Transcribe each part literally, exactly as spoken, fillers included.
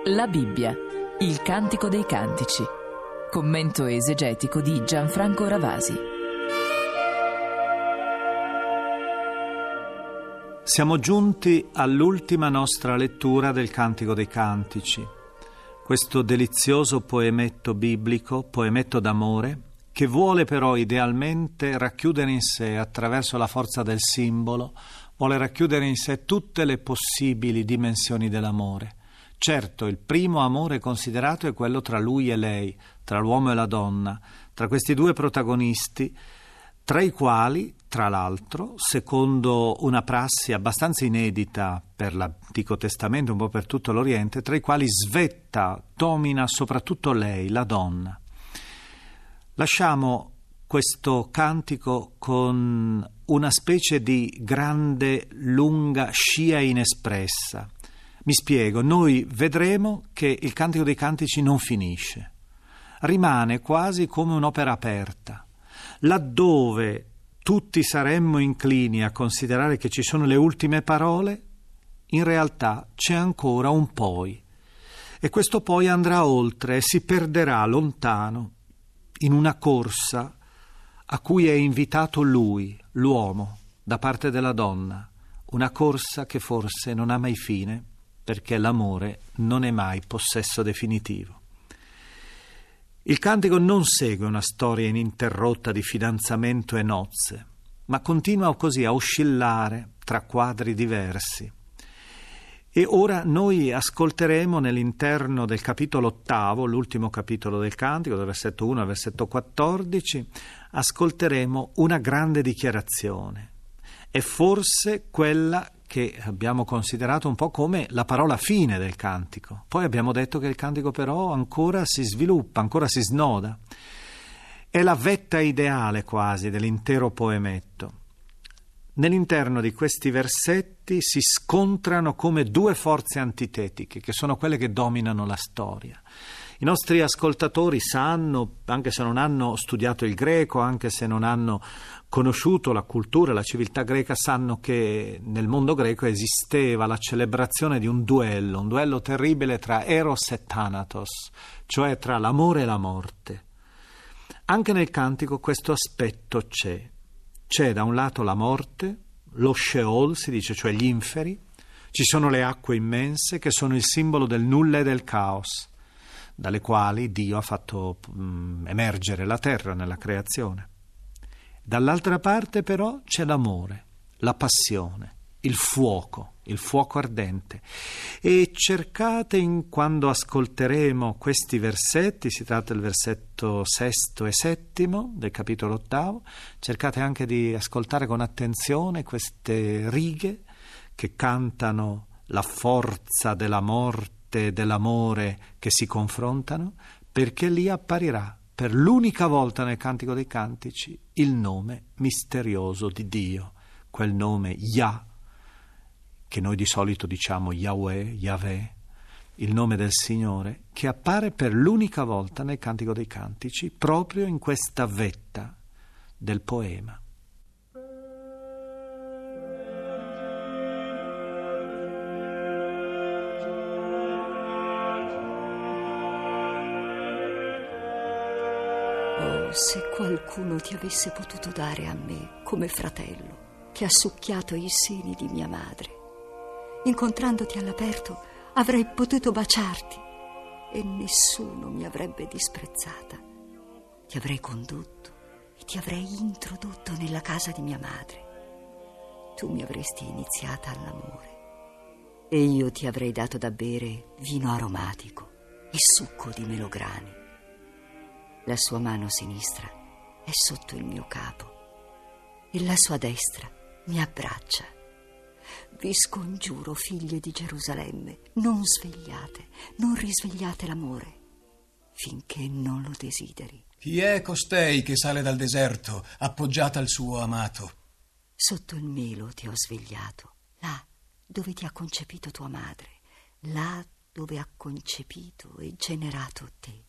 La Bibbia, il Cantico dei Cantici. Commento esegetico di Gianfranco Ravasi. Siamo giunti all'ultima nostra lettura del Cantico dei Cantici, questo delizioso poemetto biblico, poemetto d'amore, che vuole però idealmente racchiudere in sé, attraverso la forza del simbolo, vuole racchiudere in sé tutte le possibili dimensioni dell'amore. Certo, il primo amore considerato è quello tra lui e lei, tra l'uomo e la donna, tra questi due protagonisti, tra i quali, tra l'altro, secondo una prassi abbastanza inedita per l'Antico Testamento, un po' per tutto l'Oriente, tra i quali svetta, domina soprattutto lei, la donna. Lasciamo questo cantico con una specie di grande, lunga scia inespressa. Mi spiego, noi vedremo che il Cantico dei Cantici non finisce, rimane quasi come un'opera aperta. Laddove tutti saremmo inclini a considerare che ci sono le ultime parole, in realtà c'è ancora un poi, e questo poi andrà oltre e si perderà lontano in una corsa a cui è invitato lui, l'uomo, da parte della donna, una corsa che forse non ha mai fine, perché l'amore non è mai possesso definitivo. Il cantico non segue una storia ininterrotta di fidanzamento e nozze, ma continua così a oscillare tra quadri diversi. E ora noi ascolteremo nell'interno del capitolo ottavo, l'ultimo capitolo del cantico, dal versetto uno al versetto quattordici, ascolteremo una grande dichiarazione. È forse quella che abbiamo considerato un po' come la parola fine del cantico. Poi abbiamo detto che il cantico però ancora si sviluppa, ancora si snoda. È la vetta ideale quasi dell'intero poemetto. Nell'interno di questi versetti si scontrano come due forze antitetiche, che sono quelle che dominano la storia. I nostri ascoltatori sanno, anche se non hanno studiato il greco, anche se non hanno conosciuto la cultura, la civiltà greca, sanno che nel mondo greco esisteva la celebrazione di un duello, un duello terribile tra Eros e Thanatos, cioè tra l'amore e la morte. Anche nel cantico questo aspetto c'è. C'è da un lato la morte, lo Sheol, si dice, cioè gli inferi, ci sono le acque immense che sono il simbolo del nulla e del caos, dalle quali Dio ha fatto mm, emergere la terra nella creazione. Dall'altra parte però c'è l'amore, la passione, il fuoco, il fuoco ardente. E cercate, in, quando ascolteremo questi versetti, si tratta del versetto sesto e settimo del capitolo ottavo, cercate anche di ascoltare con attenzione queste righe che cantano la forza della morte e dell'amore che si confrontano, perché lì apparirà per l'unica volta nel Cantico dei Cantici il nome misterioso di Dio, quel nome Yah, che noi di solito diciamo Yahweh, Yahweh, il nome del Signore, che appare per l'unica volta nel Cantico dei Cantici, proprio in questa vetta del poema. Oh, se qualcuno ti avesse potuto dare a me come fratello, che ha succhiato i seni di mia madre. Incontrandoti all'aperto avrei potuto baciarti e nessuno mi avrebbe disprezzata. Ti avrei condotto e ti avrei introdotto nella casa di mia madre. Tu mi avresti iniziata all'amore e io ti avrei dato da bere vino aromatico e succo di melograni. La sua mano sinistra è sotto il mio capo e la sua destra mi abbraccia. Vi scongiuro, figlie di Gerusalemme, non svegliate, non risvegliate l'amore, finché non lo desideri. Chi è costei che sale dal deserto, appoggiata al suo amato? Sotto il melo ti ho svegliato, là dove ti ha concepito tua madre, là dove ha concepito e generato te.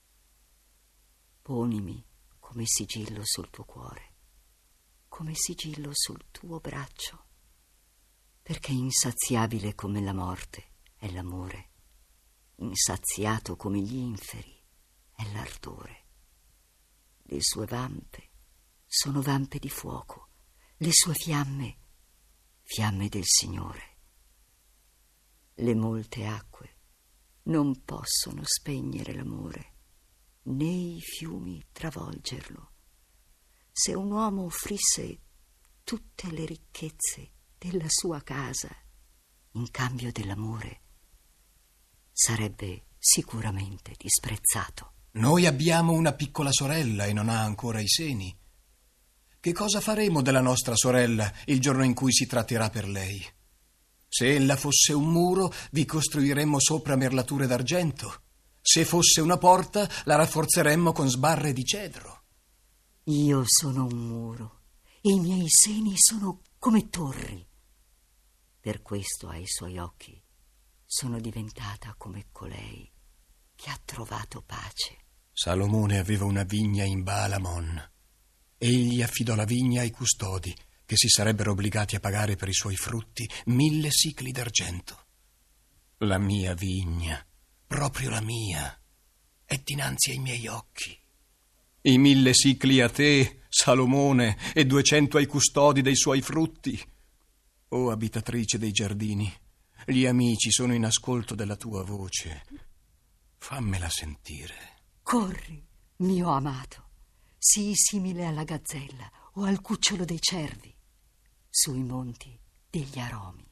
Ponimi come sigillo sul tuo cuore, come sigillo sul tuo braccio, perché insaziabile come la morte è l'amore, insaziato come gli inferi è l'ardore. Le sue vampe sono vampe di fuoco, le sue fiamme, fiamme del Signore. Le molte acque non possono spegnere l'amore, né i fiumi travolgerlo. Se un uomo offrisse tutte le ricchezze della sua casa in cambio dell'amore, sarebbe sicuramente disprezzato. Noi abbiamo una piccola sorella e non ha ancora i seni. Che cosa faremo della nostra sorella il giorno in cui si tratterà per lei? Se ella fosse un muro, vi costruiremmo sopra merlature d'argento. Se fosse una porta, la rafforzeremmo con sbarre di cedro. Io sono un muro e i miei seni sono come torri. Per questo ai suoi occhi sono diventata come colei che ha trovato pace. Salomone aveva una vigna in Baalamon. Egli affidò la vigna ai custodi, che si sarebbero obbligati a pagare per i suoi frutti mille sicli d'argento. La mia vigna, proprio la mia, è dinanzi ai miei occhi. I mille sicli a te, Salomone, e duecento ai custodi dei suoi frutti. O abitatrice dei giardini, gli amici sono in ascolto della tua voce. Fammela sentire. Corri, mio amato, sii simile alla gazzella o al cucciolo dei cervi sui monti degli aromi.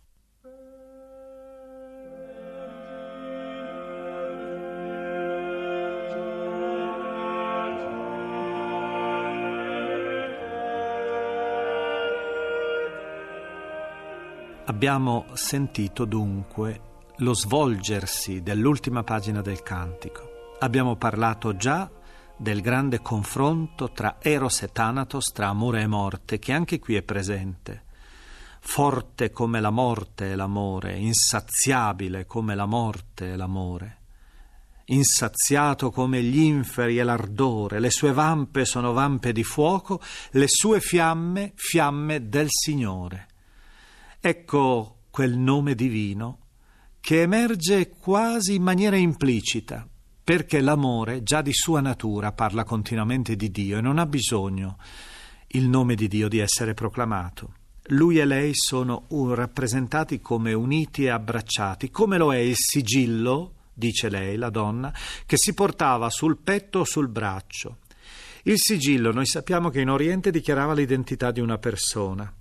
Abbiamo sentito dunque lo svolgersi dell'ultima pagina del Cantico. Abbiamo parlato già del grande confronto tra Eros e Thanatos, tra amore e morte, che anche qui è presente. Forte come la morte è l'amore, insaziabile come la morte è l'amore. Insaziato come gli inferi è l'ardore, le sue vampe sono vampe di fuoco, le sue fiamme, fiamme del Signore. Ecco quel nome divino che emerge quasi in maniera implicita, perché l'amore già di sua natura parla continuamente di Dio e non ha bisogno il nome di Dio di essere proclamato. Lui e lei sono rappresentati come uniti e abbracciati, come lo è il sigillo, dice lei, la donna, che si portava sul petto o sul braccio. Il sigillo, noi sappiamo che in Oriente dichiarava l'identità di una persona.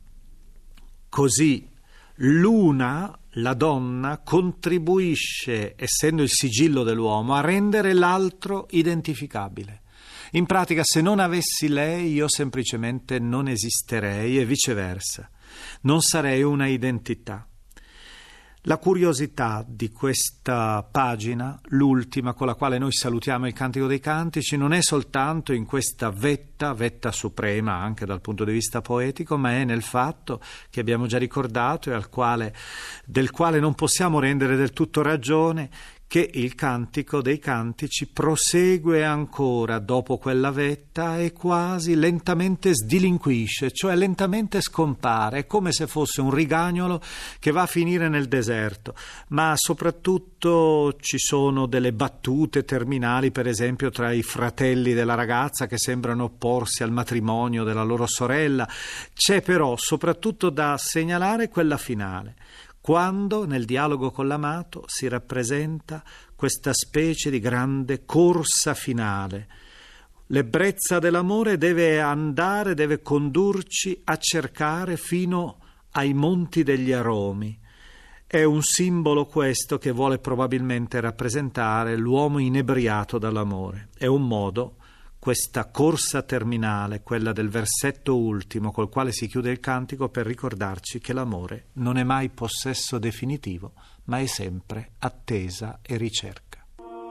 Così l'una, la donna, contribuisce, essendo il sigillo dell'uomo, a rendere l'altro identificabile. In pratica, se non avessi lei, io semplicemente non esisterei e viceversa. Non sarei una identità. La curiosità di questa pagina, l'ultima con la quale noi salutiamo il Cantico dei Cantici, non è soltanto in questa vetta, vetta suprema anche dal punto di vista poetico, ma è nel fatto che abbiamo già ricordato e al quale, del quale non possiamo rendere del tutto ragione, che il Cantico dei Cantici prosegue ancora dopo quella vetta e quasi lentamente sdilinquisce, cioè lentamente scompare, è come se fosse un rigagnolo che va a finire nel deserto, ma soprattutto ci sono delle battute terminali, per esempio tra i fratelli della ragazza che sembrano opporsi al matrimonio della loro sorella. C'è però soprattutto da segnalare quella finale, quando nel dialogo con l'amato si rappresenta questa specie di grande corsa finale. L'ebbrezza dell'amore deve andare, deve condurci a cercare fino ai monti degli aromi. È un simbolo questo che vuole probabilmente rappresentare l'uomo inebriato dall'amore. È un modo, questa corsa terminale, quella del versetto ultimo col quale si chiude il cantico, per ricordarci che l'amore non è mai possesso definitivo, ma è sempre attesa e ricerca.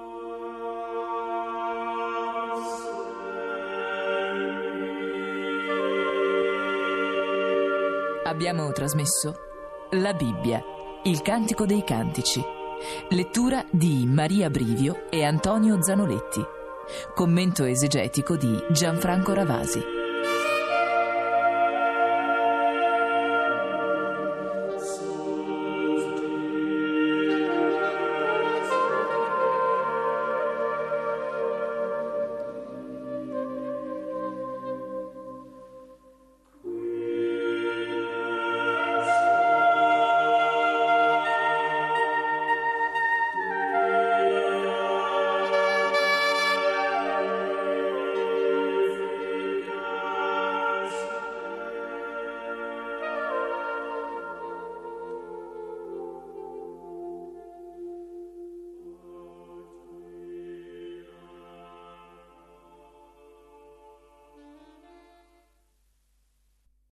Abbiamo trasmesso La Bibbia, il Cantico dei Cantici, lettura di Maria Brivio e Antonio Zanoletti. Commento esegetico di Gianfranco Ravasi.